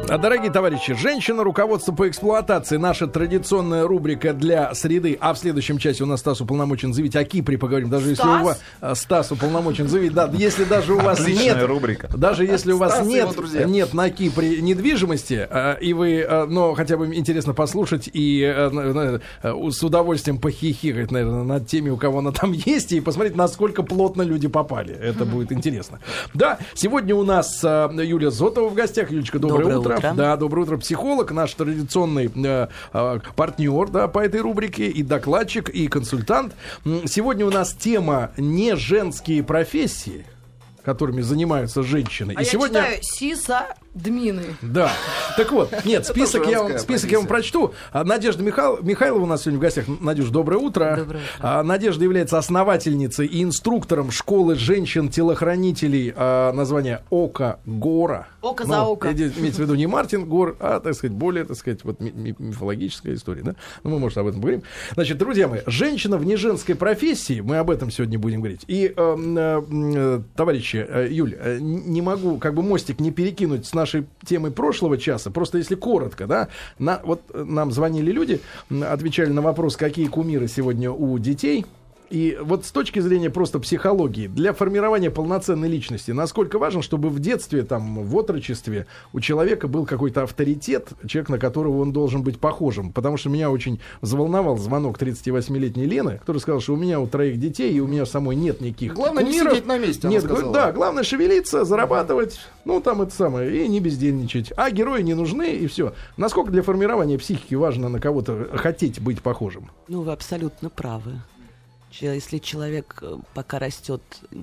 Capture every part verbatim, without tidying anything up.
Дорогие товарищи, женщина, руководство по эксплуатации. Наша традиционная рубрика для среды. А в следующем часе у нас Стас уполномочен заявить о Кипре поговорим. Даже если у вас Стас уполномочен заявить, да, если даже у вас Отличная нет, рубрика. даже если у вас Стас и нет, его друзья. нет на Кипре недвижимости, э, и вы, э, но хотя бы интересно послушать и э, э, с удовольствием похихикать, наверное, над теми, у кого она там есть, и посмотреть, насколько плотно люди попали. Это будет интересно. Да, сегодня у нас э, Юлия Зотова в гостях. Юлечка, доброе, Доброе утро. утро. Да, доброе утро. Психолог, наш традиционный э, э, партнер, да, по этой рубрике, и докладчик, и консультант. М, Сегодня у нас тема не женские профессии, которыми занимаются женщины. А и я сегодня... читаю Сиса Дмины. Да. Так вот, нет, список, я вам, женская список я вам прочту. А, Надежда Михайл, Михайлова у нас сегодня в гостях. Надюш, доброе утро. Доброе утро. А, Надежда является основательницей и инструктором школы женщин-телохранителей, а, название Око Гора. Око за око. иде- Имеется в виду не Мартин Гор, а, так сказать, более, так сказать, вот ми- ми- мифологическая история, да? Ну, мы, может, об этом поговорим. Значит, друзья мои, женщина в неженской профессии, мы об этом сегодня будем говорить. И, э, э, э, товарищи, э, Юль, э, не могу, как бы мостик не перекинуть с нашей темой прошлого часа, просто если коротко, да, на, вот э, нам звонили люди, м, отвечали на вопрос, какие кумиры сегодня у детей. И вот с точки зрения просто психологии, для формирования полноценной личности, насколько важно, чтобы в детстве, там, в отрочестве у человека был какой-то авторитет, человек, на которого он должен быть похожим. Потому что меня очень взволновал звонок тридцативосьмилетней Лены, которая сказала, что у меня у троих детей, и у меня самой нет никаких Главное не кумиров. сидеть на месте, она Нет, сказала. да, главное шевелиться, зарабатывать, ну, там это самое, и не бездельничать. А герои не нужны, и все. Насколько для формирования психики важно на кого-то хотеть быть похожим? Ну, вы абсолютно правы. Че- Если человек, э, пока растет,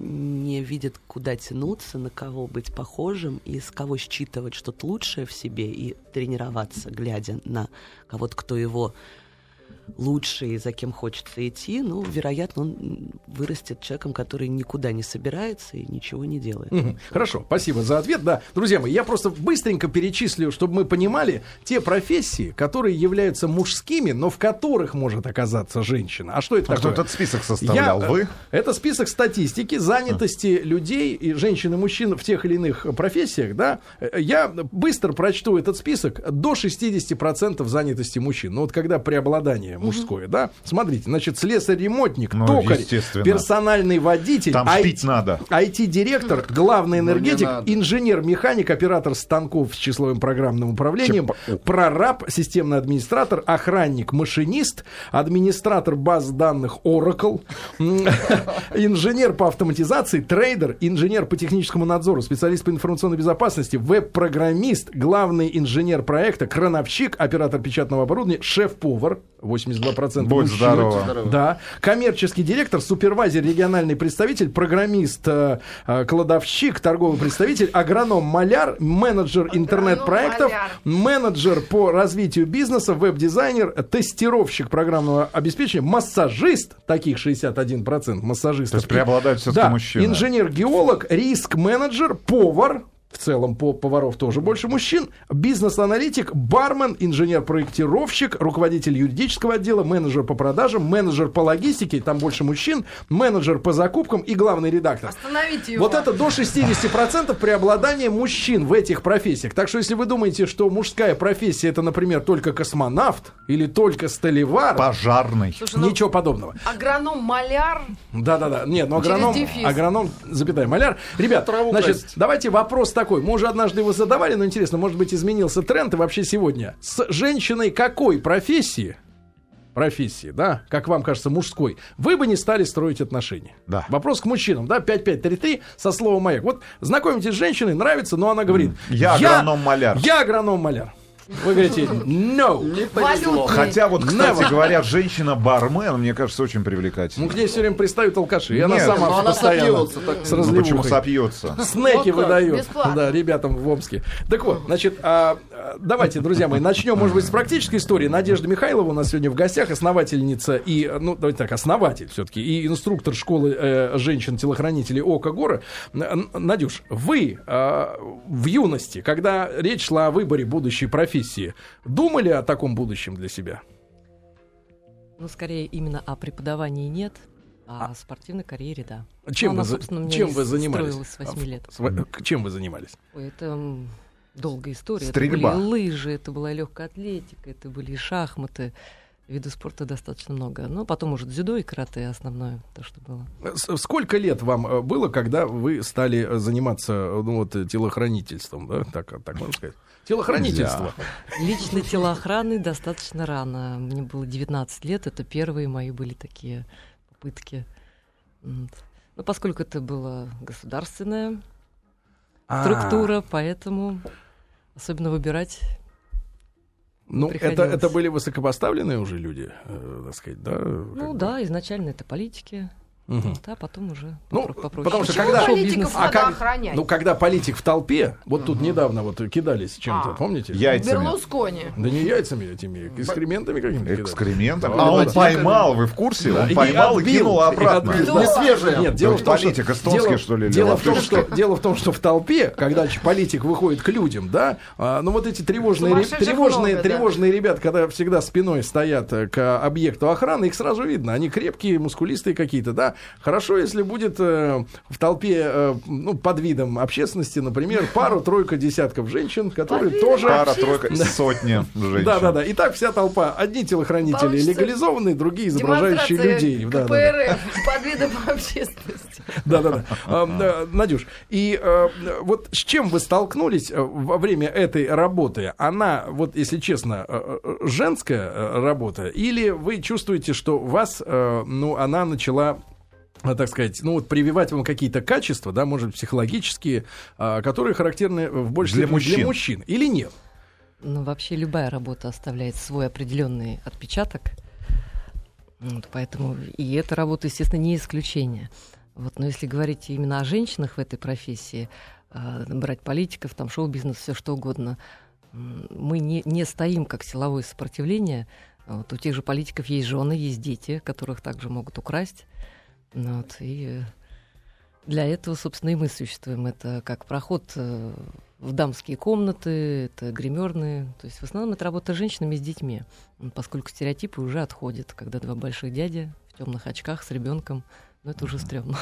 не видит, куда тянуться, на кого быть похожим и с кого считывать что-то лучшее в себе и тренироваться, глядя на кого-то, кто его лучше и за кем хочется идти, ну, вероятно, он м, вырастет человеком, который никуда не собирается и ничего не делает. Мгм. Хорошо, спасибо за ответ. Да, друзья мои, я просто быстренько перечислю, чтобы мы понимали те профессии, которые являются мужскими, но в которых может оказаться женщина. А что это А кто такое? этот список составлял? Я, Вы? э, Это список статистики занятости людей и женщин и мужчин в тех или иных профессиях, да. Э, Я быстро прочту этот список. До шестьдесят процентов занятости мужчин. Ну вот когда преобладание мужское, да. Смотрите, значит, слесарь-ремонтник, Ну, токарь, естественно. персональный водитель, Там ай- шпить надо. ай ти-директор, главный Ну, не энергетик, надо. инженер-механик, оператор станков с числовым программным управлением, Чеп- прораб, системный администратор, охранник, машинист, администратор баз данных Oracle, м, инженер по автоматизации, трейдер, инженер по техническому надзору, специалист по информационной безопасности, веб-программист, главный инженер проекта, крановщик, оператор печатного оборудования, шеф-повар, восемьдесят два процента Будь мужчин. здорова. Здорово. Да, коммерческий директор, супервайзер, региональный представитель, программист, э, э, кладовщик, торговый представитель, агроном, маляр, менеджер интернет-проектов, маляр. менеджер по развитию бизнеса, веб-дизайнер, тестировщик программного обеспечения, массажист, таких шестьдесят один процент массажистов. То есть преобладают всё-таки Да, мужчины. инженер-геолог, риск-менеджер, повар. В целом по поваров тоже больше мужчин. Бизнес-аналитик, бармен, инженер-проектировщик, руководитель юридического отдела, менеджер по продажам, менеджер по логистике, там больше мужчин, менеджер по закупкам и главный редактор. Остановите его. Вот это до шестьдесят процентов преобладания мужчин в этих профессиях. Так что если вы думаете, что мужская профессия это, например, только космонавт или только столевар, Пожарный. Слушай, ну, ничего подобного. агроном-маляр. Да-да-да. Нет, ну Через агроном, дефис. агроном, запятая, маляр. Ребят, Траву значит, красить. давайте вопрос такой. Мы уже однажды его задавали, но интересно, может быть, изменился тренд и вообще сегодня. С женщиной какой профессии, профессии, да, как вам кажется, мужской, вы бы не стали строить отношения? Да. Вопрос к мужчинам, да, пять пять три три со словом «маяк». Вот знакомитесь с женщиной, нравится, но она говорит... Я агроном-маляр. Я агроном-маляр. Вы говорите «no». Не повезло. Валютный. Хотя вот, кстати Never. говоря, женщина-бармен, мне кажется, очень привлекательна. Ну, к ней все время пристают алкаши, и она Нет, сама но она постоянно сопьется так. с Ну, разливухой. почему сопьется? Снеки Вот так, выдают, бесплатно. да, ребятам в Омске. Так вот, значит, а, а, давайте, друзья мои, начнем, может быть, с практической истории. Надежда Михайлова у нас сегодня в гостях, основательница и, ну, давайте так, основатель все-таки, и инструктор школы э, женщин-телохранителей Око Гора. Н- Надюш, вы а, в юности, когда речь шла о выборе будущей профессии, думали о таком будущем для себя? Ну, скорее, именно о преподавании нет, а о спортивной карьере, да. Чем, Ну, она, вы, за- собственно, у меня чем и вы занимались? строилась с восьми лет. С во- Чем вы занимались? Ой, это м, долгая история. Стрельба. Это были лыжи, это была легкая атлетика, это были и шахматы. Виды спорта достаточно много. Но потом уже дзюдо и карате основное, то, что было. С- Сколько лет вам э, было, когда вы стали э, заниматься э, ну, вот, э, телохранительством, да? Так, так можно сказать. Телохранительство. Личной телоохраны достаточно рано. Мне было девятнадцать лет, это первые мои были такие попытки. Вот. Но поскольку это была государственная А, структура, поэтому особенно выбирать. Ну, приходилось. это, это были высокопоставленные уже люди, э, так сказать, да? Ну как бы? да, изначально это политики, Мгм. да, потом уже Ну, попро- попроще. потому что Почему когда- политиков А надо как- охранять? Ну, когда политик в толпе, вот тут недавно вот кидались чем-то, А. помните? Яйцами. Берлускони. Да не яйцами этими, экскрементами какими-то кидались. Экскрементом. Да, А он да. поймал, вы в курсе? Да, Он и поймал и отбил, кинул и обратно. отбил. Да. Не свежее. Нет, дело в том, что... Политик эстонский, дело- что ли, или Дело в, том, латышский? что, дело в том, что в толпе, когда ч- политик выходит к людям, да, а, ну вот эти тревожные, ре- Сумасшедших тревожные, много, да. тревожные ребята, когда всегда спиной стоят э, к объекту охраны, их сразу видно. Они крепкие, мускулистые какие-то, да. Хорошо, если будет э, в толпе, э, ну, под видом общественности, например, пару-тройка десятков женщин, которые Под видом тоже... Пара, тройка, сотня женщин. Да, да, да. И так вся толпа. Одни телохранители Получится легализованные, другие изображающие Демонстрация людей. Да, да, да. КПРФ под видом общественности. Да, да, да. А, да, Надюш, и э, вот с чем вы столкнулись э, во время этой работы? Она, вот если честно, э, э, женская э, работа, или вы чувствуете, что вас, э, ну, она начала, э, так сказать, ну вот прививать вам какие-то качества, да, может быть, психологические, э, которые характерны в большей Для степени мужчин. для мужчин, или нет? Ну, вообще любая работа оставляет свой определенный отпечаток. Вот, поэтому и эта работа, естественно, не исключение. Вот, но если говорить именно о женщинах в этой профессии, э, брать политиков, там, шоу-бизнес, все что угодно, м, мы не, не стоим как силовое сопротивление. Вот, у тех же политиков есть жены, есть дети, которых также могут украсть. Ну вот, и э, для этого, собственно, и мы существуем. Это как проход э, в дамские комнаты, это гримерные. То есть в основном это работа с женщинами и с детьми, м, поскольку стереотипы уже отходят, когда два больших дяди в темных очках с ребенком. Ну, это уже стрёмно.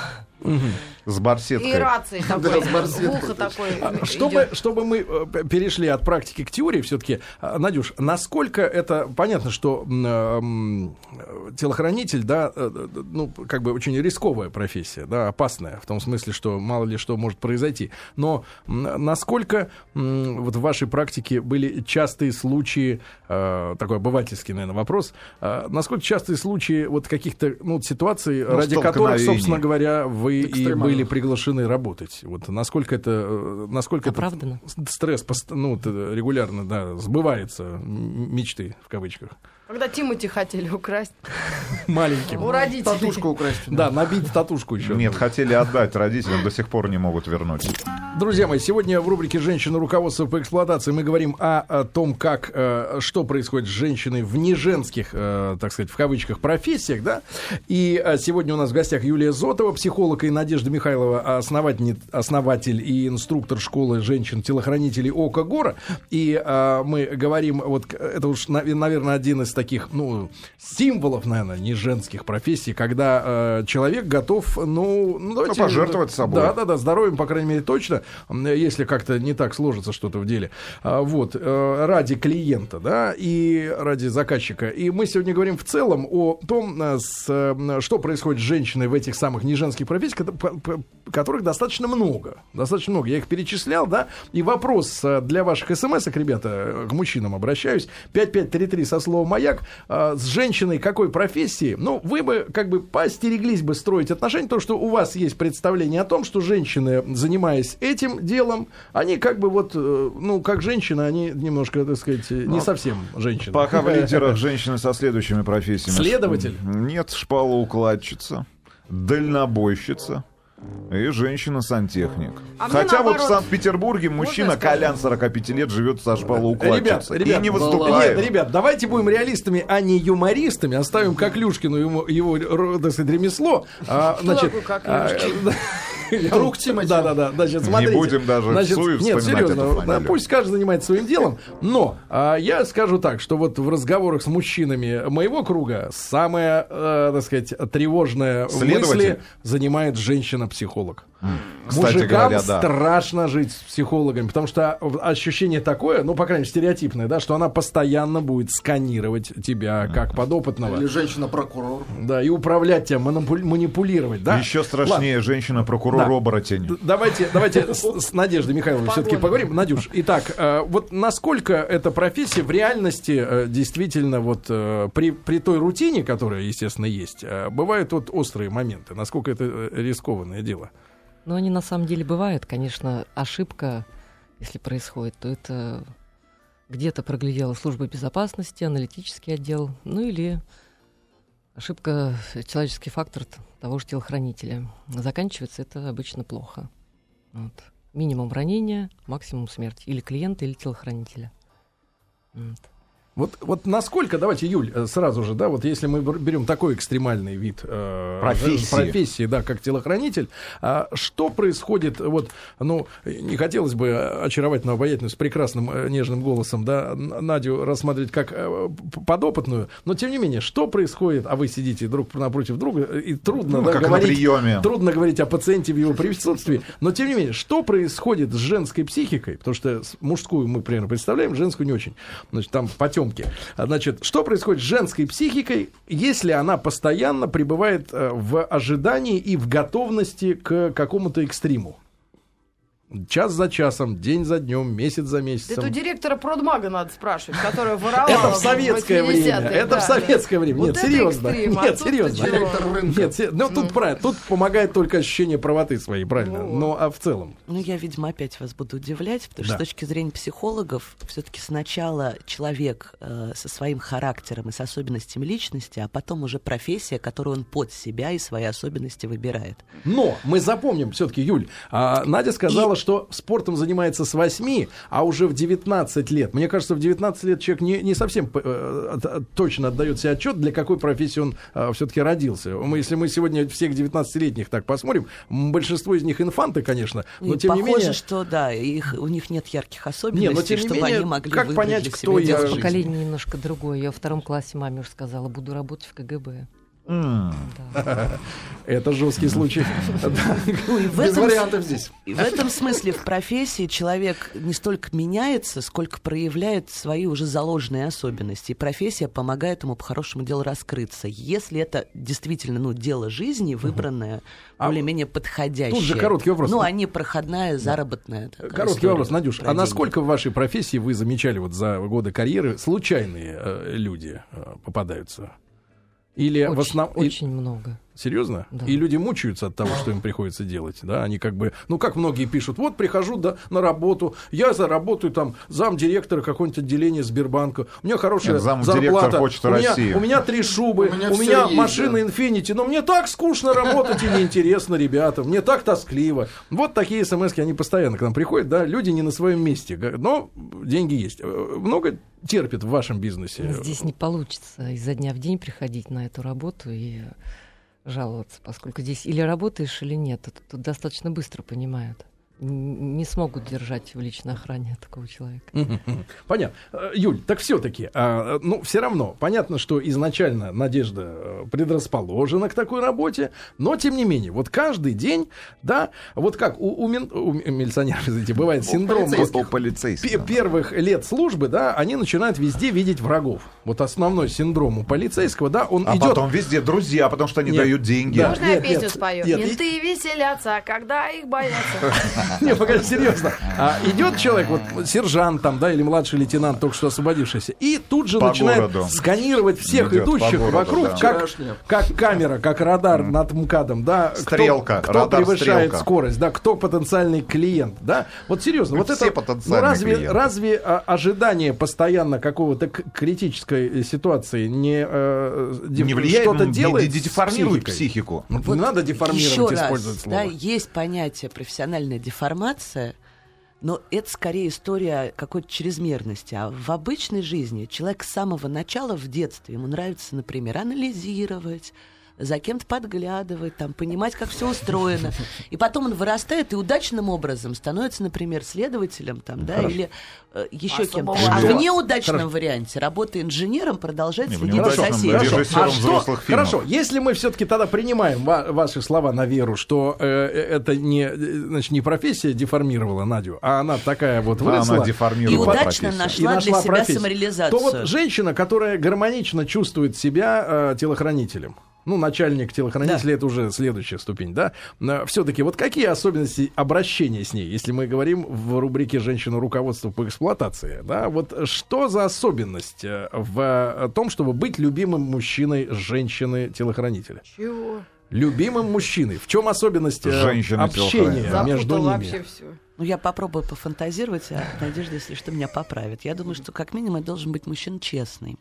С И барсеткой. рации такой, в ухо такой А, Чтобы, идёт. чтобы мы э, п- перешли от практики к теории, все-таки, Надюш, насколько это понятно, что м, м, телохранитель, да, э, э, ну, как бы очень рисковая профессия, да, опасная, в том смысле, что мало ли что может произойти. Но м, насколько м, вот в вашей практике были частые случаи, э, такой обывательский, наверное, вопрос, э, насколько частые случаи вот каких-то ну, вот ситуаций, Ну, ради которых, столкновений. собственно говоря, вы и Экстремально. были приглашены работать? Вот насколько это, э, насколько это Оправдано. стресс пост- ну, вот, э, регулярно, да, сбывается, м- мечты в кавычках. Когда Тимати хотели украсть Маленьким. у родителей. Татушку украсть. Да, набить татушку еще. Нет, хотели отдать родителям, до сих пор не могут вернуть. Друзья мои, сегодня в рубрике «Женщина. Руководство по эксплуатации» мы говорим о, о том, как, э, что происходит с женщиной в неженских, э, так сказать, в кавычках, профессиях, да. И э, сегодня у нас в гостях Юлия Зотова, психолог, и Надежда Михайлова, основатель, основатель и инструктор школы женщин-телохранителей «Око Гора». И э, мы говорим, вот это уж, наверное, один из таких, ну, символов, наверное, неженских профессий, когда э, человек готов, ну, ну давайте... Ну, пожертвовать собой. Да, да, да, здоровьем, по крайней мере, точно, если как-то не так сложится что-то в деле. А, Вот, э, ради клиента, да, и ради заказчика. И мы сегодня говорим в целом о том, э, с, э, что происходит с женщиной в этих самых неженских профессиях, ко- п- п- которых достаточно много. Достаточно много. Я их перечислял, да. И вопрос э, для ваших смс-ок, ребята, э, к мужчинам обращаюсь. пять пять три три со словом «Маяк». Э, С женщиной какой профессии? Ну, вы бы как бы поостереглись бы строить отношения, то, что у вас есть представление о том, что женщины, занимаясь этим делом, они как бы вот, э, ну, как женщины, они немножко, так сказать, не Ну, совсем женщины. Пока в лидерах женщины со следующими профессиями. Следователь? Нет, шпалоукладчица, дальнобойщица и женщина-сантехник. А мне Хотя вот в наоборот. Санкт-Петербурге мужчина, сказать? Колян, сорок пять лет, живет со Ребят, шпалоукладчицей. ребят, И не нет, выступает. ребят, давайте будем реалистами, а не юмористами. Оставим Коклюшкину ему, его, ро- так сказать, ремесло. А, значит, такой а, Коклюшкин? Друг Тимати. Да, да, да. Значит, смотрите. Не будем даже Значит, всуе нет, вспоминать серьезно, эту фамилию. пусть каждый занимается своим делом. Но а, я скажу так, что вот в разговорах с мужчинами моего круга самая, э, так сказать, тревожная мысль занимает женщина-психолог. Кстати Мужикам говоря, да. страшно жить с психологами, потому что ощущение такое, ну, по крайней мере, стереотипное, да, что она постоянно будет сканировать тебя как подопытного. Или женщина-прокурор. Да, и управлять тебя, манипу- манипулировать, да. Еще страшнее Ладно. женщина-прокурор-оборотень. Д- Давайте, давайте с, с Надеждой Михайловной все-таки поговорим. Надюш, итак, э, вот насколько эта профессия в реальности э, действительно вот э, при, при той рутине, которая, естественно, есть, э, бывают вот острые моменты, насколько это э, рискованное дело? Но они на самом деле бывают. Конечно, ошибка, если происходит, то это где-то проглядела служба безопасности, аналитический отдел, ну или ошибка, человеческий фактор того же телохранителя. Заканчивается это обычно плохо. Вот. Минимум ранения, максимум смерти. Или клиента, или телохранителя. Вот. Вот, вот насколько, давайте, Юль, сразу же, да, вот если мы берем такой экстремальный вид э, профессии. профессии, да, как телохранитель, э, что происходит, вот, ну, не хотелось бы очаровательную, обаятельную, с прекрасным э, нежным голосом, да, Надю рассматривать как э, подопытную, но тем не менее, что происходит, а вы сидите друг напротив друга, и трудно, Ну, да, как на говорить, приеме. трудно говорить о пациенте в его присутствии, но тем не менее, что происходит с женской психикой, потому что мужскую мы примерно представляем, женскую не очень, значит, там потемки. Значит, что происходит с женской психикой, если она постоянно пребывает в ожидании и в готовности к какому-то экстриму? Час за часом, день за днем, месяц за месяцем. Это у директора продмага надо спрашивать, которая воровала. Это в советское время. Это в советское время. Нет, серьезно. Нет, серьезно. Нет, ну тут правильно. Тут помогает только ощущение правоты своей, правильно. Но а в целом. Ну, я, видимо, опять вас буду удивлять, потому Да. что с точки зрения психологов, все-таки сначала человек э, со своим характером и с особенностями личности, а потом уже профессия, которую он под себя и свои особенности выбирает. Но мы запомним все-таки, Юль, а, Надя сказала, И- что спортом занимается с восьми, а уже в девятнадцать лет. Мне кажется, в девятнадцать лет человек не, не совсем э, от- точно отдает себе отчет, для какой профессии он э, все-таки родился. Мы, если мы сегодня всех девятнадцатилетних так посмотрим, м, большинство из них инфанты, конечно, но И тем похоже, не менее... что да, их, у них нет ярких Не, особенностей, но тем не чтобы менее, они могли как выбрать понять, для кто себя я? дело жизни. Поколение немножко другое. Я во втором классе маме уже сказала, буду работать в ка гэ бэ. М. Да. Это жесткий случай. Ну, и в Без этом, вариантов здесь. и в этом смысле в профессии человек не столько меняется, сколько проявляет свои уже заложенные особенности. И профессия помогает ему по хорошему делу раскрыться. Если это действительно ну, дело жизни, выбранное, А более-менее подходящее. тут же короткий вопрос. Ну, а не проходная, заработная. такая Короткий история вопрос, Надюш. про А деньги. насколько в вашей профессии вы замечали вот за годы карьеры случайные э, люди э, попадаются? Или Очень, в основном... очень много. Серьезно? Да. И люди мучаются от того, что им приходится делать, да? Они как бы, ну как многие пишут, вот прихожу да, на работу, я заработаю там замдиректора какого-нибудь отделения Сбербанка, у меня хорошая Нет, замдиректор зарплата, Почты у меня, России. у меня три шубы, У меня у всё меня есть, машина да. Infiniti, но мне так скучно работать и неинтересно, ребята, мне так тоскливо. Вот такие смс-ки, они постоянно к нам приходят, да, люди не на своем месте, но деньги есть. Много терпит в вашем бизнесе? Здесь не получится изо дня в день приходить на эту работу и жаловаться, поскольку здесь или работаешь, или нет. Тут, тут достаточно быстро понимают. Н- Не смогут держать в личной охране такого человека. Мгм, мгм. Понятно. Э, Юль, так все-таки, а, ну, все равно, понятно, что изначально Надежда э, предрасположена к такой работе, но, тем не менее, вот каждый день, да, вот как у, у, мин- у милиционеров, извините, бывает синдром полицейских. У полицейского. пе- первых лет службы, да, они начинают везде видеть врагов. Вот основной синдром у полицейского, да, он А идет... потом везде друзья, потому что они Нет, дают деньги. да. Можно я Нет, песню нет, спою? нет, Менты веселятся, а когда их боятся. Не, погоди, серьезно. А, идет человек, вот сержант там, да, или младший лейтенант, только что освободившийся, и тут же По начинает городу. сканировать всех Идет по идущих городу, вокруг, да. как, Вчерашнее. как камера, как радар над МКАДом, да. кто- Стрелка, Кто, радар, превышает стрелка. скорость, да, кто потенциальный клиент, да. Вот серьезно, Мы вот все это... потенциальные Ну, разве, клиенты. разве а, ожидание постоянно какого-то к- критической ситуации не, э, деф- Не влияет, что-то ну, делает де- с деформирует психикой? психику. Ну, Вот не надо деформировать, еще раз, использовать слово. да, есть понятие профессиональная деформация, но это скорее история какой-то чрезмерности. А в обычной жизни человек с самого начала в детстве, ему нравится, например, анализировать, за кем-то подглядывать, там, понимать, как все устроено. И потом он вырастает и удачным образом становится, например, следователем там, да, или э, еще кем-то. А в неудачном Хорошо. варианте, работая инженером, продолжает Не, в следить за неудачном, соседом. да, режиссером А что, взрослых фильмов. хорошо, если мы все-таки тогда принимаем ва- ваши слова на веру, что э, это не, э, значит, не профессия деформировала Надю, а она такая вот Да, выросла. она И деформировала удачно профессию. нашла, и нашла для себя профессию, самореализацию. то вот женщина, которая гармонично чувствует себя э, телохранителем, ну, начальник телохранителя, Да. это уже следующая ступень, да? Все-таки вот какие особенности обращения с ней, если мы говорим в рубрике «Женщина руководство по эксплуатации», да? Вот что за особенность э, в том, чтобы быть любимым мужчиной женщины-телохранителя? Чего? Любимым мужчиной. В чем особенность э, Женщины-телохранителя. общения между Запутал ними? вообще все. Ну, я попробую пофантазировать, а Надежда, если что, меня поправит. Я думаю, что как минимум это должен быть мужчина честный.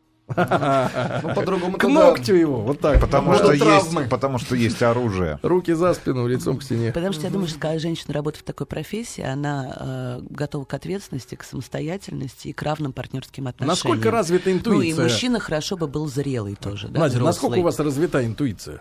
Ну, по-другому К ногтю его, вот так. Потому Будут что, есть, травмы. потому что есть оружие. Руки за спину, лицом к стене. Потому что я думаю, что когда женщина работает в такой профессии, она э, готова к ответственности, к самостоятельности и к равным партнерским отношениям. Насколько развита Ну, и интуиция? мужчина хорошо бы был зрелый тоже, да, Надя, взрослый. насколько у вас развита интуиция?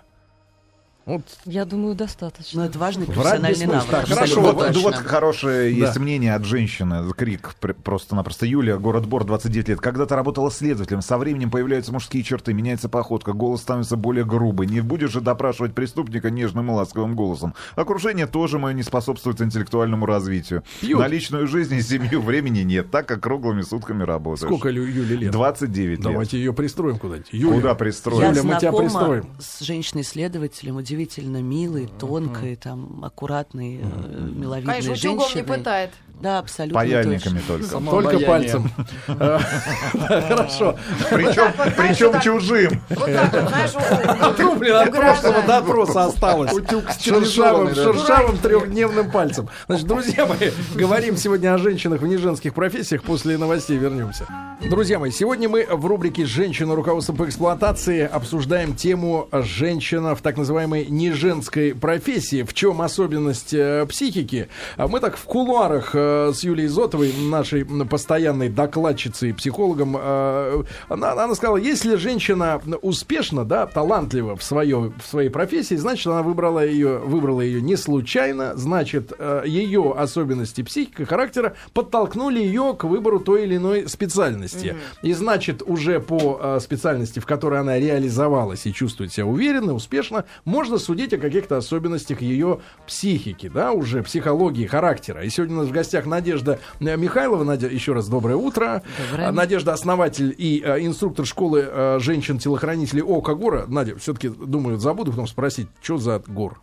Вот Я думаю, достаточно. Ну, это важный Врать профессиональный бессмысленно. навык. Так, Абсолютно хорошо, Вот, вот, ну, точно. вот хорошее Да. есть мнение от женщины. Крик пр- просто-напросто. Юлия, город Бор, двадцать девять лет. Когда-то работала следователем. Со временем появляются мужские черты, меняется походка, голос становится более грубый. Не будешь же допрашивать преступника нежным и ласковым голосом. Окружение тоже мое не способствует интеллектуальному развитию. Пьют. На личную жизнь и семью времени нет, так как круглыми сутками работаешь. сколько Лю- Юле лет? двадцать девять лет. Давайте ее пристроим куда-нибудь. Юля, Куда Я пристроить? Юля, мы тебя знакома пристроим. с женщиной-следователем, удивительно милой, тонкой, там, аккуратной, э, миловидной Конечно, утюгом не женщиной. пытает. Да, абсолютно Паяльниками точно. только. только пальцем. Э, Хорошо. Причем, причем чужим. Вот так вот, знаешь, у- Отрублено от угрожает. прошлого допроса осталось. Шершавым, стерилизованный, да. шершавым трехдневным пальцем. Значит, друзья мои, говорим сегодня о женщинах в неженских профессиях. После новостей вернемся. Друзья мои, сегодня мы в рубрике «Женщина. Руководство по эксплуатации» обсуждаем тему «Женщина в так называемой неженской профессии». В чем особенность э, психики? А Мы так в кулуарах э, с Юлией Зотовой, нашей постоянной докладчицей, психологом, э, она, она сказала, если женщина успешна, да, талантлива в, свое, в своей профессии, значит, она выбрала ее, выбрала ее не случайно, значит, э, ее особенности психики, характера подтолкнули ее к выбору той или иной специальности. И значит, уже по э, специальности, в которой она реализовалась и чувствует себя уверенно, успешно, можно судить о каких-то особенностях ее психики, да, уже психологии, характера. И сегодня у нас в гостях Надежда э, Михайлова. Надя, еще раз доброе утро. Доброе. А, Надежда, основатель и э, инструктор школы э, женщин-телохранителей ОКО Гора. Надя, все-таки, думаю, забуду потом спросить, что за Гор?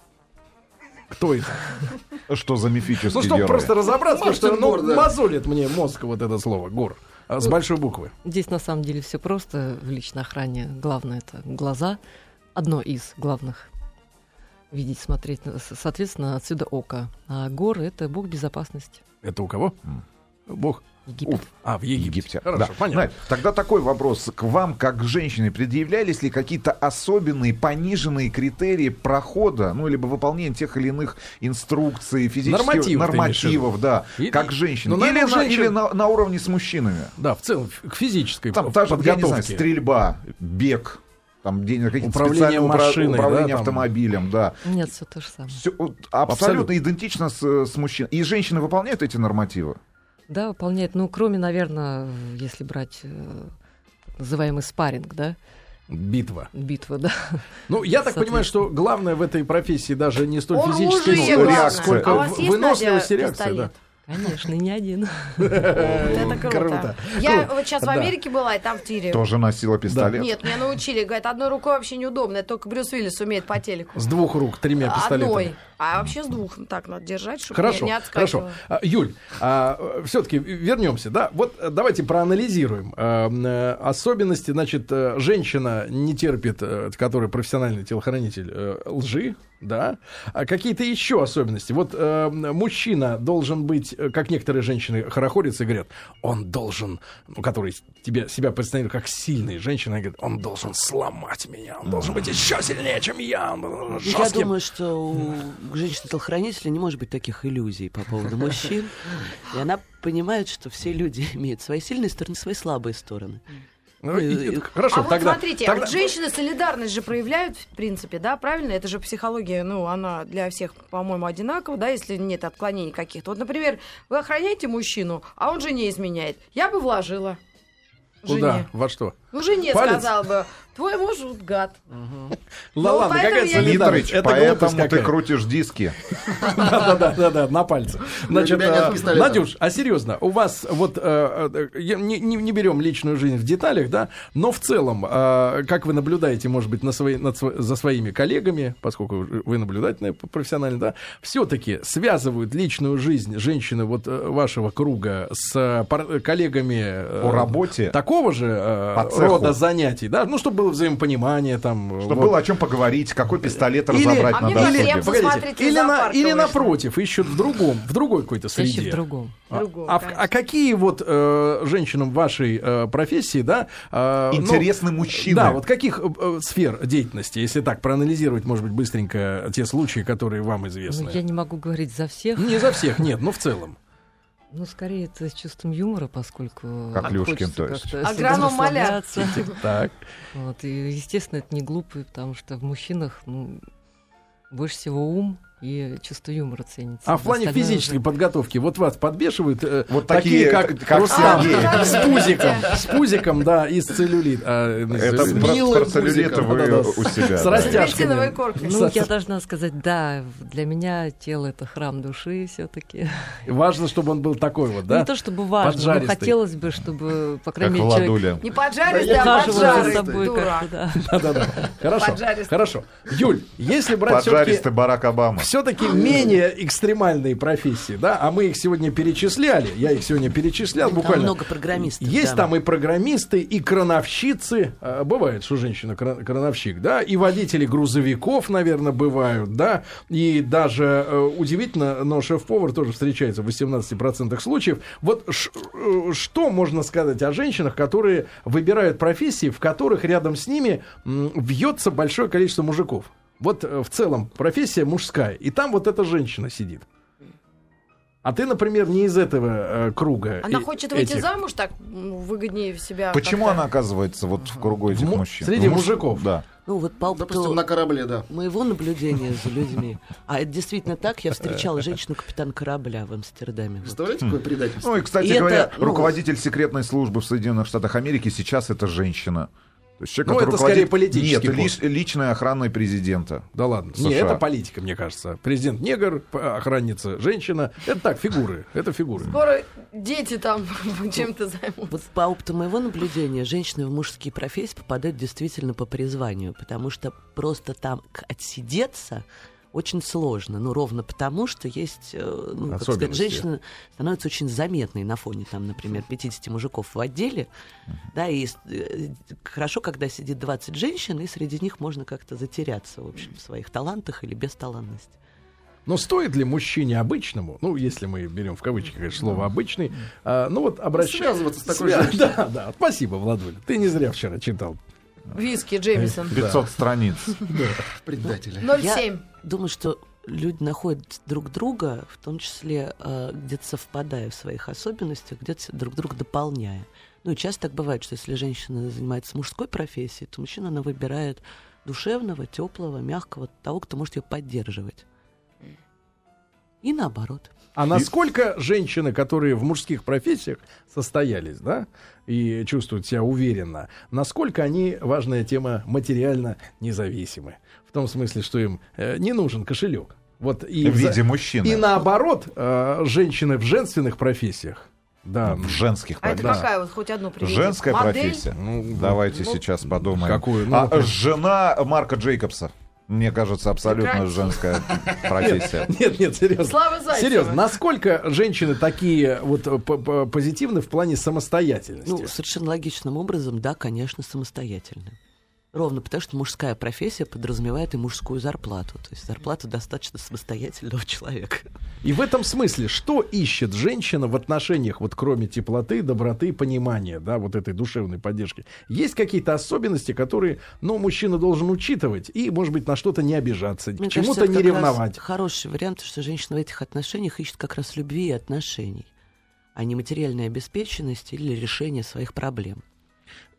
Кто это? Что за мифический Ну, чтобы герой? просто разобраться, потому что Мартин ну, Гор, да. мозолит мне мозг вот это слово Гор. А, С большой буквы. Здесь на самом деле все просто в личной охране. Главное это глаза. Одно из главных. Видеть, смотреть, на- с- соответственно, отсюда око. А гор — это бог безопасности. Это у кого? Бог. Египет. А, в Египте. Египте. Хорошо, Да. понятно. Надь, тогда такой вопрос к вам, как к женщине. Предъявлялись ли какие-то особенные, пониженные критерии прохода, ну, либо выполнения тех или иных инструкций, физических Нормативов, ты имеешь в нормативов, да, И- как женщина? ну, наверное, или у на, женщин- или на, на уровне с мужчинами? Да, в целом, ф- к физической Там, п- та же, я не знаю, подготовке. стрельба, бег, там где- какие-то Управление специальные упра- машиной, управление да, там. автомобилем, да. Нет, все то же самое. Всё, вот, абсолютно, Абсолютно. идентично с, с мужчиной. И женщины выполняют эти нормативы? Да, выполняет. Ну, кроме, наверное, если брать э, называемый спарринг, да, Битва. битва, да. Ну, я так понимаю, что главное в этой профессии даже не столь физическая Оружие сила, главное. реакция. сколько А у вас в- есть, выносливость и Надя, реакция. Да. пистолет? Конечно, и не один. Вот это круто. Круто. Я Круто. вот сейчас в Да. Америке была, и там в тире. Тоже носила пистолет? Нет, меня научили. Говорят, одной рукой вообще неудобно. Это только Брюс Уиллис умеет по телеку. С двух рук, тремя пистолетами. Одной. А вообще с двух. Ну, так надо держать, чтобы Хорошо, не, не хорошо. отскакивало. А, Юль, все-таки вернемся, да? Вот э, давайте проанализируем а, э, особенности. Значит, э, женщина не терпит, э, которая профессиональный телохранитель, э, лжи, да? А какие-то еще особенности? Вот э, мужчина должен быть, э, как некоторые женщины хорохорятся и говорят, он должен, ну, который тебя, себя представляет как сильный, женщина говорит, он должен сломать меня, он должен быть еще сильнее, чем я, он должен быть Я жестким. думаю, что у женщины-телохранителя не может быть таких иллюзий по поводу мужчин. И она понимает, что все люди имеют свои сильные стороны, свои слабые стороны. Ну, и- Хорошо, а вот тогда... смотрите, тогда- вот женщины солидарность же проявляют, в принципе, да, правильно? Это же психология, ну, она для всех, по-моему, одинакова, да, если нет отклонений каких-то. Вот, например, вы охраняете мужчину, а он жене изменяет. Я бы вложила Куда? жене. Во что? Ну, жене Палец? сказала бы, твой муж вот гад. Ла- Ну, ладно, поэтому какая я не- солидарность? Митрич, Это глупость поэтому ты какая. крутишь диски. Да-да-да, на пальце. Значит, тебя нет а, пистолета. Надюш, а серьезно, у вас вот, э, э, я не, не- не берем личную жизнь в деталях, да, но в целом, э, как вы наблюдаете, может быть, на свои, над сво- за своими коллегами, поскольку вы наблюдательный профессионально, да, все-таки связывают личную жизнь женщины вот э, вашего круга с э, пар- коллегами э, По работе. такого же э, По цеху. рода занятий, да, ну, чтобы было взаимопонимание там. Чтобы вот. было о чем поговорить, какой пистолет Или- разобрать А на мне досуге. кажется, я бы- Погодите, Посмотрите, или, в на, зоопарк или вышла. напротив, ищут в другом, в другой какой-то Чаще среде. в другом. А, Другом, а в- конечно. а какие вот э, женщинам вашей э, профессии, да, э, ну, Интересны мужчины. да, вот каких э, э, сфер деятельности, если так проанализировать, может быть, быстренько те случаи, которые вам известны? Ну, я не могу говорить за всех. Не за всех, нет, но в целом. Ну, скорее, это с чувством юмора, поскольку... Как Люшкин, хочется то есть. как-то Агроном всегда Маляр. расслабляться. Так. Вот, и, естественно, это не глупо, потому что в мужчинах ну, больше всего ум и чувство юмора ценится. А в плане Остальное физической уже- подготовки вот вас подбешивают э, Вот такие, такие, как, как Рустам, Сергей. с пузиком, с пузиком, да, из целлюлит. а, Это с- про, милым про целлюлиты пузиком, вы да-да, у себя. с да. растяжками. Апельсиновой коркой. Ну, я должна сказать, да, для меня тело — это храм души все-таки. Важно, чтобы он был такой вот, Не да? то чтобы важно, но Поджаристый. хотелось бы, чтобы, по Как крайней мере, человек Владуля. Не поджаристый, а ухаживал за поджарый. собой Дурак. как-то, да. Да-да-да. Хорошо. Поджаристый. Хорошо. Юль, если брать все-таки Поджаристый Барак Обама. все-таки менее экстремальные профессии, да, а мы их сегодня перечисляли, я их сегодня перечислял Там буквально. много программистов. Есть да. там и программисты, и крановщицы. А, бывает, что женщина кран- крановщик, да, и водители грузовиков, наверное, бывают, да, и даже э, удивительно, но шеф-повар тоже встречается в восемнадцати процентах случаев. Вот ш- э, что можно сказать о женщинах, которые выбирают профессии, в которых рядом с ними м, вьется большое количество мужиков? Вот э, в целом профессия мужская, и там вот эта женщина сидит. А ты, например, не из этого э, круга. Она э- хочет выйти этих. замуж, так ну, выгоднее себя. Почему как-то. она оказывается вот в кругу этих му- мужчин? среди Ну, мужиков. Да. Ну вот по опыту Допустим, на корабле, да. моего наблюдения за людьми, а это действительно так, я встречала женщину-капитан корабля в Амстердаме. Вот. Представляете, какое предательство? Ну и, кстати И это, говоря, ну, руководитель секретной службы в Соединенных Штатах Америки сейчас это женщина. То есть человек, Ну, который это скорее руководит- политический Нет, пост. лич- личной охраной президента. Да ладно. США. Не, это политика, мне кажется. Президент негр, п- охранница женщина. Это так, фигуры. Это фигуры. Скоро дети там чем-то займутся. Вот по опыту моего наблюдения, женщины в мужские профессии попадают действительно по призванию, потому что просто там к- отсидеться очень сложно. Ну, ровно потому, что есть, э, ну, как сказать, Особенности. женщина становится очень заметной на фоне, там, например, пятидесяти мужиков в отделе. Да, и э, хорошо, когда сидит двадцать женщин, и среди них можно как-то затеряться, в общем, в своих талантах или бесталанности. Но стоит ли мужчине обычному, ну, если мы берем в кавычки, конечно, слово обычный, а, ну вот обращаться... Связываться с такой Свя- женщиной. Да, да. Спасибо, Владуля. Ты не зря вчера читал. Виски Джеймисон. пятьсот страниц. Предатели. ноль Я семь. думаю, что люди находят друг друга, в том числе э, где-то совпадая в своих особенностях, где-то друг друга дополняя. Ну и часто так бывает, что если женщина занимается мужской профессией, то мужчина она выбирает душевного, теплого, мягкого, того, кто может ее поддерживать. И наоборот. А насколько женщины, которые в мужских профессиях состоялись, да, и чувствуют себя уверенно, насколько они, важная тема, материально независимы? В том смысле, что им э, не нужен кошелек. Вот и В виде за- мужчины. И наоборот, э, женщины в женственных профессиях, да, В женских А это Да. какая вот хоть одну приведите? Женская Модель? профессия. Ну, Давайте ну, сейчас подумаем. какую? Ну, а например. жена Марка Джейкобса. Мне кажется, абсолютно Прекрати. женская профессия. Нет, нет, серьезно. Слава Зайцева. Серьезно, насколько женщины такие вот э, п- п- позитивны в плане самостоятельности? Ну, совершенно логичным образом, да, конечно, самостоятельно. Ровно потому, что мужская профессия подразумевает и мужскую зарплату. То есть зарплата достаточно самостоятельного человека. И в этом смысле, что ищет женщина в отношениях, вот кроме теплоты, доброты, понимания, да, вот этой душевной поддержки? Есть какие-то особенности, которые, ну, мужчина должен учитывать и, может быть, на что-то не обижаться, Мне к чему-то кажется, не это как раз ревновать. хороший вариант, что женщина в этих отношениях ищет как раз любви и отношений, а не материальной обеспеченности или решения своих проблем.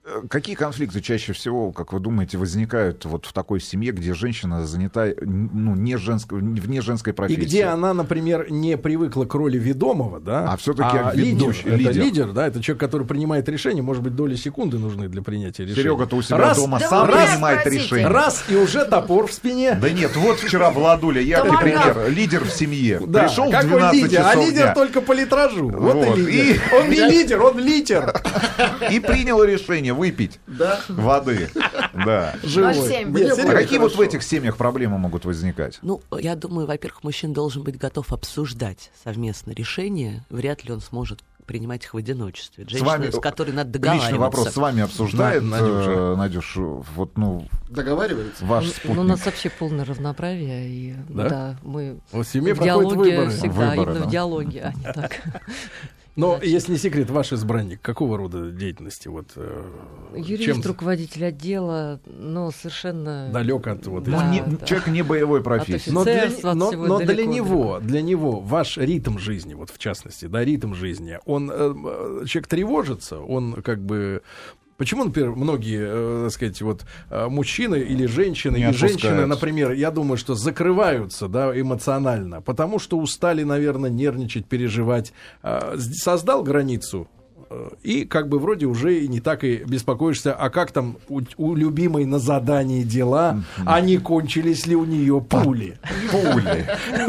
какие конфликты чаще всего, как вы думаете, возникают вот в такой семье, где женщина занята, ну, не женской, вне женской И профессии? где она, например, не привыкла к роли ведомого, да? А всё-таки лидер, ведущий, это лидер. лидер, да, это человек, который принимает решение, может быть, доли секунды нужны для принятия решения. Серега-то у себя раз, дома да сам вы меня принимает спросите. решение. раз, и уже топор в спине. Да нет, вот вчера Владуля, яркий Томагавк. пример, лидер в семье. Да, Пришел в какой двенадцать лидер? часов А лидер дня только по литражу. Вот, Вот. и лидер. И- Он не лидер, он литер. и принял решение выпить Да. воды. Да. Живой. ноль семь. Нет, Мне А Серёга, какие вот в хорошо. этих семьях проблемы могут возникать? Ну, я думаю, во-первых, мужчина должен быть готов обсуждать совместно решения. Вряд ли он сможет принимать их в одиночестве. Женщина, вами, с которой надо договариваться. Личный вопрос с вами обсуждает, На- Надюша. э, Надюш, вот, ну, Договаривается? ваш Ну, спутник. у нас вообще полное разноправие, и Да? да, мы В семье в проходят диалоге выборы. всегда, Выборы, именно да. в диалоге, а не так. Но, если не секрет, ваш избранник какого рода деятельности? Вот, э, Юрист, чем руководитель отдела, но совершенно... далек от вот Да, Ну, не- да. Человек не боевой профессии. Но для, Офицерство от но- всего но для далеко, него, для него ваш ритм жизни, вот в частности, да, ритм жизни, он, э, э, человек тревожится, он как бы... Почему, например, многие, э, так сказать, вот э, мужчины или женщины, Не и женщины, отпускают. например, я думаю, что закрываются, да, эмоционально, потому что устали, наверное, нервничать, переживать. Э, с- создал границу, э, и как бы вроде уже и не так и беспокоишься, а как там у, у любимой на задании дела, а не кончились ли у нее пули. Пули.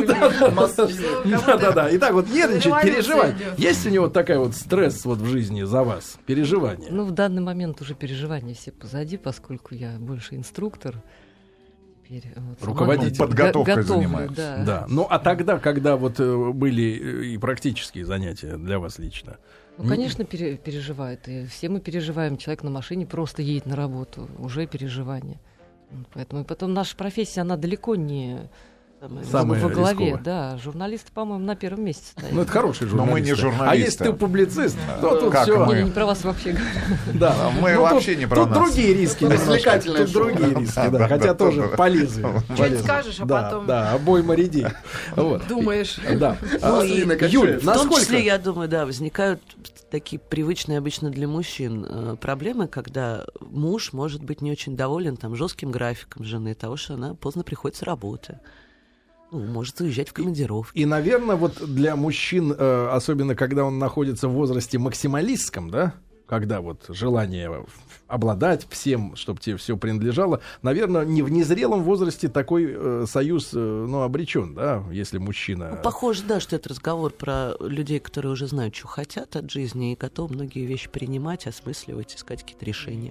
Да-да-да. И так вот нервничать, Революция переживать. идет. Есть у него такая вот стресс вот в жизни за вас? Переживание? Ну, в данный момент уже переживания все позади, поскольку я больше инструктор. Теперь, вот, сама Руководитель. го- Подготовкой готовлю, занимается. Да. Да. Ну, а тогда, когда вот э, были э, и практические занятия для вас лично? Ну, конечно, пере- переживают. И все мы переживаем. Человек на машине просто едет на работу. Уже переживание. Вот поэтому и потом наша профессия, она далеко не Самое- Самое во главе. рисковое. Да, журналисты, по-моему, на первом месте стоят. Ну, это хороший Но журналист. мы не А журналисты. если ты публицист, то тут Как все. мы? Не, не про вас вообще говорю. Да. Мы Ну, вообще тут- не про тут нас. другие риски. Это немножко. развлекательное Тут шоу. другие риски, да. Да, Хотя да, тоже тоже. полезные. Что-нибудь полезные. скажешь, а Да, потом- Да, обойма редей. Вот. Думаешь. Да. Ну, А, и- Слина качает. Юль, В том насколько... числе, я думаю, да, возникают такие привычные обычно для мужчин э, проблемы, когда муж может быть не очень доволен там жестким графиком жены, того, что она поздно приходит с работы. Ну, может уезжать в командировки. И, наверное, вот для мужчин, э, особенно когда он находится в возрасте максималистском, да, когда вот желание обладать всем, чтобы тебе все принадлежало, наверное, не в незрелом возрасте такой э, союз, э, ну, обречен, да, если мужчина... Ну, похоже, да, что это разговор про людей, которые уже знают, что хотят от жизни, и готовы многие вещи принимать, осмысливать, искать какие-то решения.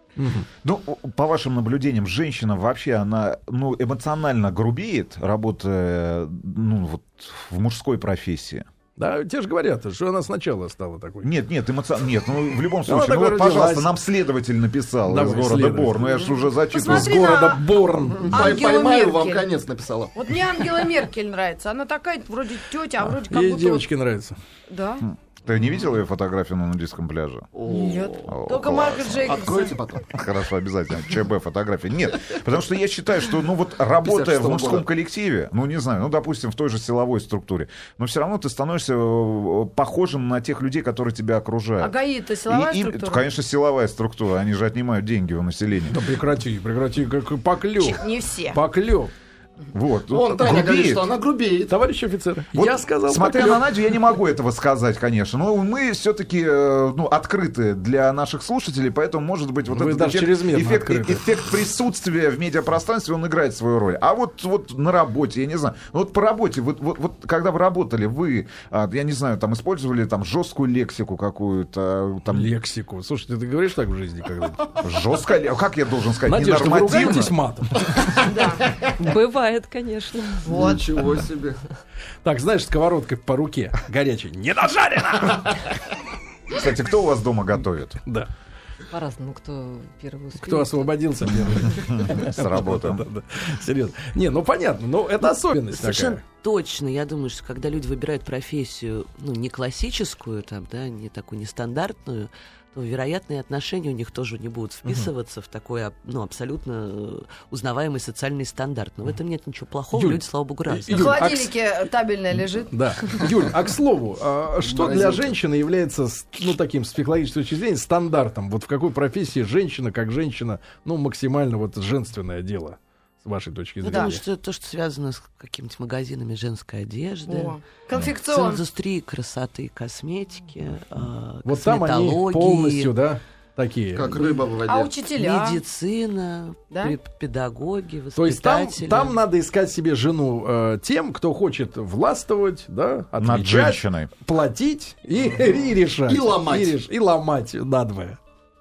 Ну, по вашим наблюдениям, женщина вообще, она, ну, эмоционально грубеет, работая, ну, вот в мужской профессии? Да, те же говорят, что она сначала стала такой. Нет, нет, эмоционально, нет, ну, в любом Она случае, ну, такой вот, пожалуйста, родилась. нам следователь написал Давай, из города следователь. Бор, ну, я же уже зачитывал. Из Посмотри города на- Борн. Пой- Ангела Поймаю, вам Меркель. конец написала. Вот мне Ангела Меркель нравится. Она такая вроде тетя, а вроде как Ей будто... девочки нравятся. вот- Да? Ты не видел ее фотографию на нудистском пляже? Нет. О, Только класс. Марка Джейкобса. Откройте потом. Хорошо, обязательно. ЧБ фотографии. Нет, потому что я считаю, что, ну вот, работая в пятьдесят шестого мужском года. коллективе, ну, не знаю, ну, допустим, в той же силовой структуре, но все равно ты становишься э, похожим на тех людей, которые тебя окружают. А ГАИ это силовая И- и- структура? Конечно, силовая структура. Они же отнимают деньги у населения. Да прекрати, прекрати, как поклёв. Не все. Поклёв. Вот. Вон Таня говорит, Грубеет. что она грубеет. Товарищ офицер, Вот, я сказал смотря поклёв. на Надю, я не могу этого сказать, конечно. Но мы все-таки ну, открыты для наших слушателей, поэтому, может быть, вот Вы этот даже эффект, чрезмерно эффект, открыты. эффект присутствия в медиапространстве, он играет свою роль. А вот, вот на работе, я не знаю, ну, вот по работе, вот, вот, вот когда вы работали, вы, а, я не знаю, там использовали там жесткую лексику какую-то, там Лексику. Слушайте, ты говоришь так в жизни когда-нибудь? жесткая, ле- как я должен сказать, Надежда, вы ненормативно? ругаетесь матом? Бывает, конечно. Ничего себе. Так, знаешь, сковородкой по руке горячей. Не дожарено! Кстати, кто у вас дома готовит Да. По-разному, кто первый успеет. Кто освободился первый? с работы? Да, да, да. Серьезно. Не, ну понятно, но это особенность Совершенно такая. точно. Я думаю, что когда люди выбирают профессию, ну, не классическую, там, да, не такую нестандартную, то, вероятно, и отношения у них тоже не будут вписываться uh-huh. в такой, ну, абсолютно узнаваемый социальный стандарт. Но в этом нет ничего плохого, Юль, люди, слава богу, разные. В холодильнике а к... табельная лежит. Да. Юль, а к слову, а что для женщины является, ну, таким с психологической точки зрения стандартом? Вот в какой профессии женщина, как женщина, ну, максимально вот женственное дело? С вашей точки зрения. Я думаю, что это то, что связано с какими-то магазинами женской одежды, О, конфекцион, с индустрией красоты и косметики, э, вот там они полностью, да, такие. Как рыба в воде. А учителя? Медицина, да? педагоги, воспитатели. То есть там, там надо искать себе жену э, тем, кто хочет властвовать, да, отвечать, над женщиной, платить и, и решать. И ломать. И, реш, и ломать надвое.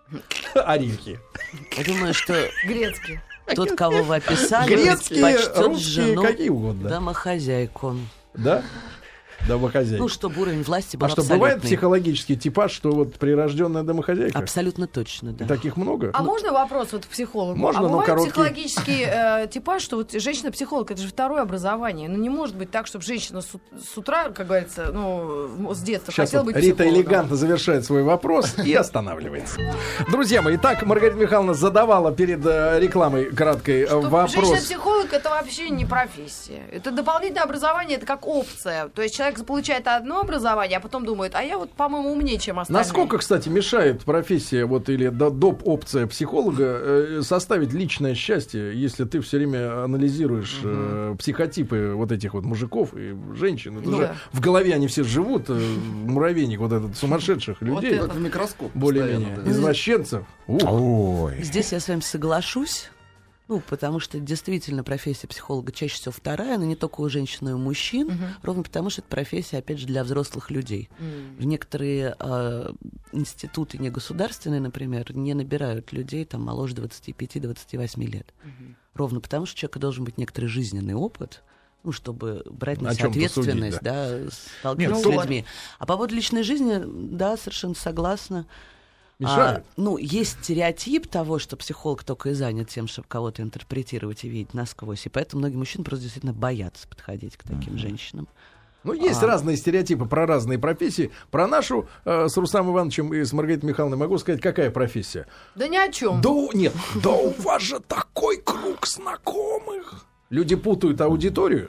Орехи. Я думаю, что... Грецкие. Тот, кого вы описали, грецкие, почтет русские, жену, какие угодно. Домохозяйку. Да? Домохозяйка. Ну, чтобы уровень власти был а что, абсолютный. бывает психологический типаж, что вот прирожденная домохозяйка? Абсолютно точно, да. И таких много? А Ну, можно вопрос вот к психологу? Можно, а но бывает короткий. психологический э, типаж, что вот женщина-психолог, это же второе образование. Ну, не может быть так, чтобы женщина с, с утра, как говорится, ну, с детства Сейчас хотела вот быть Рита психологом. элегантно завершает свой вопрос и останавливается. Друзья мои, итак, Маргарита Михайловна задавала перед э, рекламой краткой э, Что вопрос. женщина-психолог — это вообще не профессия. Это дополнительное образование, это как опция. То есть человек получает одно образование, а потом думает, а я вот, по-моему, умнее, чем остальные. Насколько, кстати, мешает профессия вот или до- доп. Опция психолога э, составить личное счастье, если ты все время анализируешь э, психотипы вот этих вот мужиков и женщин? Это Ну же да. в голове они все живут, э, муравейник вот этот сумасшедших людей, это. Как в микроскоп. более-менее постоянно, да. извращенцев. Ух. Ой. Здесь я с вами соглашусь. Ну, потому что действительно профессия психолога чаще всего вторая, но не только у женщин, но и у мужчин, Мгм. ровно потому что это профессия, опять же, для взрослых людей. М. В некоторые э, институты негосударственные, например, не набирают людей там моложе двадцати пяти двадцати восьми лет. Мгм. Ровно потому, что у человека должен быть некоторый жизненный опыт, ну, чтобы брать на О себя чём-то судить, ответственность, да, сталкиваться Нет, с то- людьми. А по поводу личной жизни, да, совершенно согласна. Мешает? А, ну, есть стереотип того, что психолог только и занят тем, чтобы кого-то интерпретировать и видеть насквозь. И поэтому многие мужчины просто действительно боятся подходить к таким женщинам. Ну, есть А. разные стереотипы про разные профессии. Про нашу э, с Рустамом Ивановичем и с Маргаритой Михайловной могу сказать, какая профессия. Да ни о чем. Да, у- нет, да у вас же такой круг знакомых. Люди путают аудиторию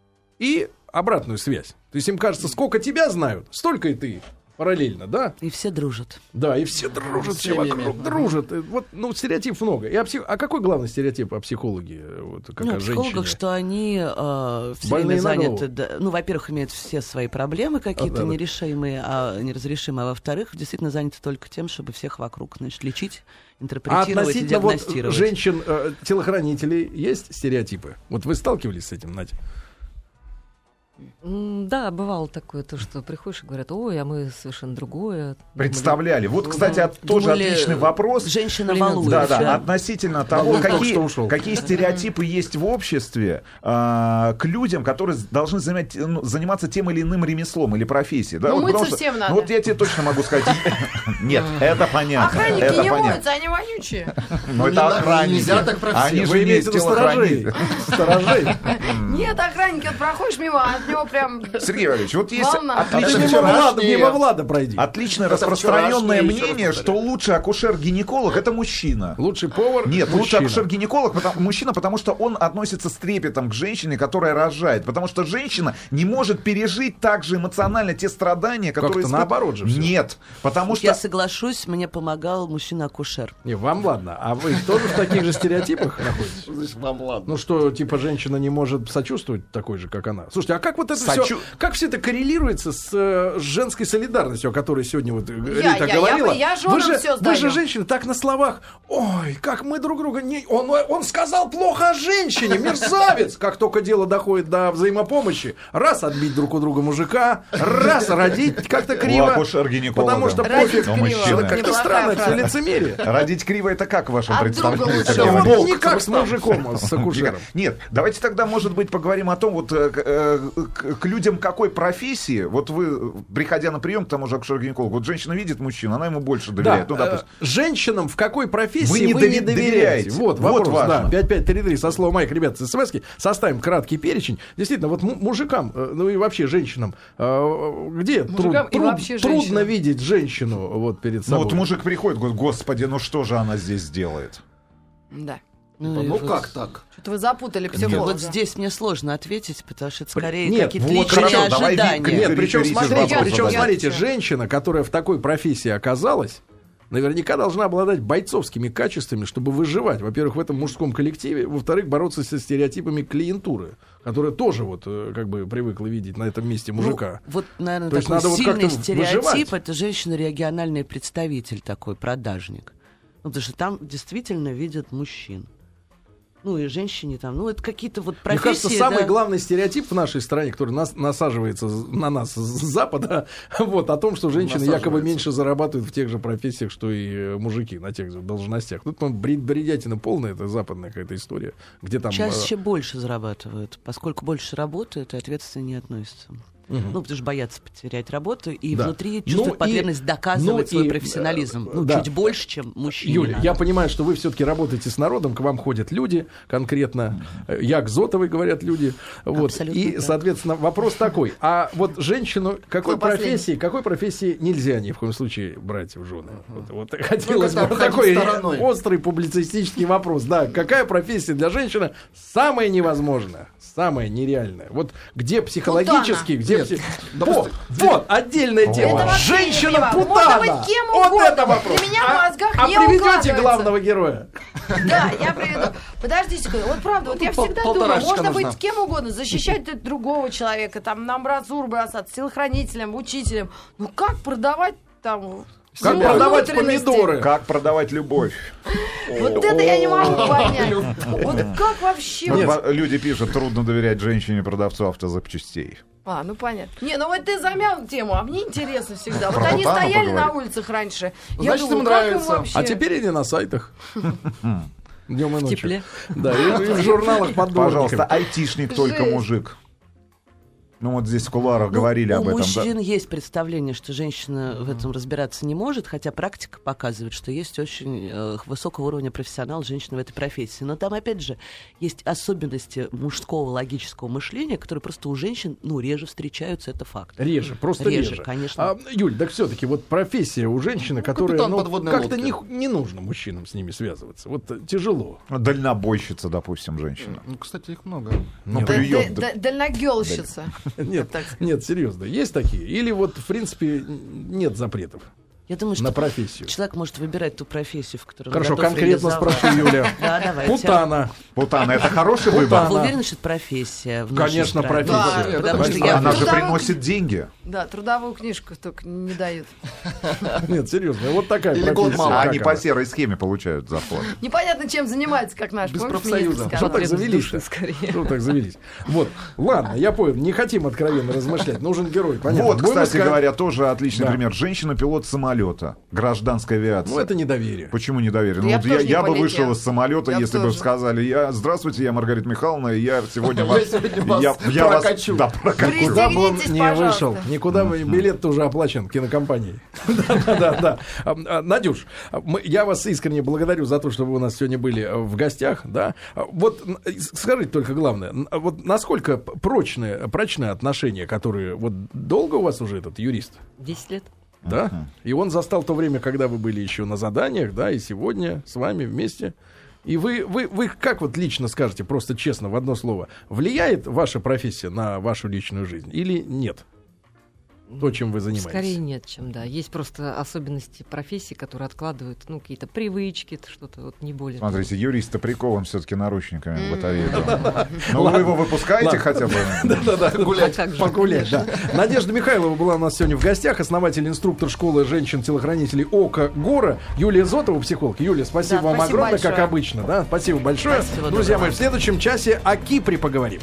и обратную связь. То есть им кажется, сколько тебя знают, столько и ты. Параллельно, да? И все дружат. Да, и все дружат, все Семьями. вокруг дружат. И вот, ну, стереотипов много. И о псих... А какой главный стереотип о психологе? Вот, как Ну, о о психологах, женщине? что они э, все Больные время на голову. заняты. Да, ну, во-первых, имеют все свои проблемы какие-то А, да, да. нерешимые, а неразрешимые. А во-вторых, действительно заняты только тем, чтобы всех вокруг, значит, лечить, интерпретировать А и относительно вот диагностировать. женщин, э, телохранителей, есть стереотипы? Вот вы сталкивались с этим, Надя? М, Да, бывало такое, то, что приходишь и говорят, ой, а мы совершенно другое. Представляли. Вот, кстати, от- тоже Думали, отличный вопрос. Женщина Блин, волнует. Да, да, относительно того, он только что какие, ушел. какие стереотипы есть в обществе а, к людям, которые должны занять- ну, заниматься тем или иным ремеслом или профессией. Да, Ну, вот мыться потому что- всем ну, надо. Вот я тебе точно могу сказать. Нет, это понятно. Охранники это не понятно. моются, они вонючие. Ну, Не это надо, охранники. нельзя так про всех. Они Вы же имеете имеют в виду сторожей? телохранителей. Сторожей? Нет, охранники, вот проходишь мимо, а от него прям... Сергей Валерьевич, вот есть Волна. А ты отличное, мимо вчерашнее. Влада, мимо Влада пройди. отличное Это распространенное вчерашнее, еще мнение, раз что лучший акушер-гинеколог — это мужчина. Лучший повар. Нет, лучший мужчина. акушер-гинеколог потому- мужчина, потому что он относится с трепетом к женщине, которая рожает. Потому что женщина не может пережить так же эмоционально те страдания, которые... Как-то наоборот же всё. Нет, потому что... Я соглашусь, мне помогал мужчина-акушер. Не, вам ладно. А вы тоже в таких же стереотипах находитесь? Значит, вам ладно. Ну что, типа, женщина не может сочувствовать такой же, как она. Слушайте, а как вот это Сочу- все, как все это коррелируется с э, женской солидарностью, о которой сегодня вот э, Я- Рита я- говорила? я- я женам вы же, всё вы же сдаю. женщины так на словах. Ой, как мы друг друга не... Он, он сказал плохо о женщине, мерзавец! Как только дело доходит до взаимопомощи, раз отбить друг у друга мужика, раз родить как-то У криво. акушер-гинеколога. Потому что Родить пофиг. криво. У мужчины. Вот Как-то неплохая странно, это фраза. лицемерие. Родить криво — это как в вашем От представлении? друга лучше. Сергей Ну, Валерьевич? вот не как с мужиком, а с акушером. Нет, давайте тогда, может быть, поговорим о том, вот э, э, к, к людям какой профессии, вот вы, приходя на прием к тому же акушеру-гинекологу, вот женщина видит мужчину, она ему больше доверяет. Да, Ну, допустим. э, женщинам в какой профессии Вы вы не не, дови- доверяете? доверяете. Вот, Вот вопрос, важно. да, пять пять три три со словом «Майк», ребята, смс-ки, составим краткий перечень. Действительно, вот му- мужикам, э, ну и вообще женщинам, э, где труд- Мужикам и труд- вообще трудно женщинам. видеть женщину вот перед Ну собой? вот мужик приходит, говорит, господи, ну что же она здесь делает? Да. Ну, и Ну вот- как так? Что-то вы запутали Вот психолога. здесь мне сложно ответить, потому что это При- скорее Нет, какие-то вот личные хорошо, давай ожидания. Вик- Нет, Виктор причем Викторович смотрите, вопрос причем задает. смотрите, женщина, которая в такой профессии оказалась, наверняка должна обладать бойцовскими качествами, чтобы выживать. Во-первых, в этом мужском коллективе, во-вторых, бороться со стереотипами клиентуры, которая тоже вот э, как бы привыкла видеть на этом месте мужика. Ну, вот, наверное, То есть такой надо вот сильный как-то стереотип выживать. это женщина-региональный представитель такой, продажник. Ну, потому что там действительно видят мужчин. Ну, и женщине там, ну, это какие-то вот Мне профессии. кажется, самый да. главный стереотип в нашей стране, который нас, насаживается на нас с Запада, вот, о том, что женщины якобы Насаживается. меньше зарабатывают в тех же профессиях, что и э, мужики на тех же должностях. Тут, по-моему, бред- бредятина полная, это западная какая-то история, где там... э, Чаще больше зарабатывают, поскольку больше работают и ответственно не относятся. Мгм. Ну, потому что боятся потерять работу, и Да. внутри Ну чувствуют и- потребность доказывать ну свой и, профессионализм. э, Ну, да. чуть больше, чем мужчине. Юль, надо. я понимаю, что вы все-таки работаете с народом, к вам ходят люди конкретно, э, як Зотовой говорят люди, вот, Абсолютно и, так. соответственно, вопрос такой, а вот женщину какой Кто последний? профессии, какой профессии нельзя ни в коем случае брать в жены? Вот, вот хотелось бы как-то такой обходить стороной. острый публицистический вопрос, да, какая профессия для женщины самая невозможная, самая нереальная? Вот где психологически, где... Нет. пси- Допустим, Вот, вот, отдельная тема. Это вообще не понимаю. Женщина-путана! Можно быть кем Вот угодно. это вопрос. Для меня в А- мозгах а не приведете укладывается. главного героя? Да, я приведу. Подождите секунду. Вот правда, вот я Пол- всегда думаю, полторашечка можно нужна. быть кем угодно, защищать д- другого человека, там, на амбразуру бросаться, телохранителем, учителем. Ну как продавать там... Как ну, продавать внутренности? помидоры? Как продавать любовь? Вот это я не могу понять. Вот как вообще... Вот Нет. во- люди пишут, трудно доверять женщине-продавцу автозапчастей. А, ну понятно. Не, ну вот ты замял тему, а мне интересно всегда. Вот Про они Путану стояли на поговорить. улицах раньше. Я Значит, думаю, им как им нравится. вообще... А теперь они на сайтах. Днем и ночью. тепле. Да, и и в журналах под Пожалуйста, дворником. айтишник только Жесть. мужик. Ну вот здесь в кулуарах Ну, говорили у об этом, да? мужчин есть представление, что женщина в этом разбираться не может, хотя практика показывает, что есть очень э, высокого уровня профессионал женщины в этой профессии. Но там, опять же, есть особенности мужского логического мышления, которые просто у женщин, ну, реже встречаются, это факт. Реже, просто Реже, реже. конечно. А, Юль, так все-таки вот профессия у женщины, которая капитан ну, подводной как-то лодки. не, не нужно мужчинам с ними связываться. Вот э, тяжело. Дальнобойщица, допустим, женщина. Ну, кстати, их много. Ну, Да- плюет. да- да- Дальногёлщица. Нет, Так нет, серьезно, есть такие? Или вот, в принципе, нет запретов Я думаю, что на профессию? человек может выбирать ту профессию, в которой он Хорошо, готов конкретно реализовать. спрошу, Юля. Да, давайте. Путана. Путана, это хороший Путана. выбор. А вы уверены, что это профессия в нашей Конечно, стране? профессия. Да, Потому что да, я Она же Трудовую- приносит деньги. Да, трудовую книжку только не дают. Нет, серьезно, вот такая Или год профессия. мало. А Как они она? по серой схеме получают зарплату. Непонятно, чем занимается, как наш. Без Помнишь, профсоюза. министр Что сказал? так Без завелись? души, скорее. Что так завелись? Вот, ладно, я понял, не хотим откровенно размышлять, нужен герой, понятно. Вот, Будем кстати искать- говоря, тоже отличный Да. пример. Женщина-пилот самолета, гражданской авиации. Ну, это недоверие. Почему недоверие? Да Ну, я вот бы я, тоже не я бы полетела. вышел из самолета, Я если бы тоже. сказали, я, здравствуйте, я Маргарита Михайловна, и я сегодня Я вас... сегодня вас я вас- прокачу. Да, прокачу. Пристегнитесь, Куда бы он не пожалуйста. вышел, никуда бы билет-то уже оплачен кинокомпанией. Да-да-да. Надюш, мы- я вас искренне благодарю за то, что вы у нас сегодня были в гостях. Да. Вот н- скажите только главное, н- вот насколько прочные, прочные отношения, которые... Вот долго у вас уже этот юрист? Десять лет. Да? И он застал то время, когда вы были еще на заданиях, да, и сегодня с вами вместе. И вы, вы, вы как вот лично скажете, просто честно, в одно слово, влияет ваша профессия на вашу личную жизнь или нет? То, чем вы занимаетесь. Скорее нет, чем да. Есть просто особенности профессии, которые откладывают, ну, какие-то привычки, что-то вот не более. Смотрите, юрист-то прикован все-таки наручниками к батарее. Ну, вы его выпускаете Ладно. хотя бы? Да-да-да, А как же? погулять, да. Надежда Михайлова была у нас сегодня в гостях, основатель, инструктор школы женщин-телохранителей ОКО ГОРа, Юлия Зотова, психолог. Юлия, спасибо Да, вам спасибо огромное, как большое. обычно. Да, спасибо большое. Спасибо, Друзья доброго. мои, в следующем часе о Кипре поговорим.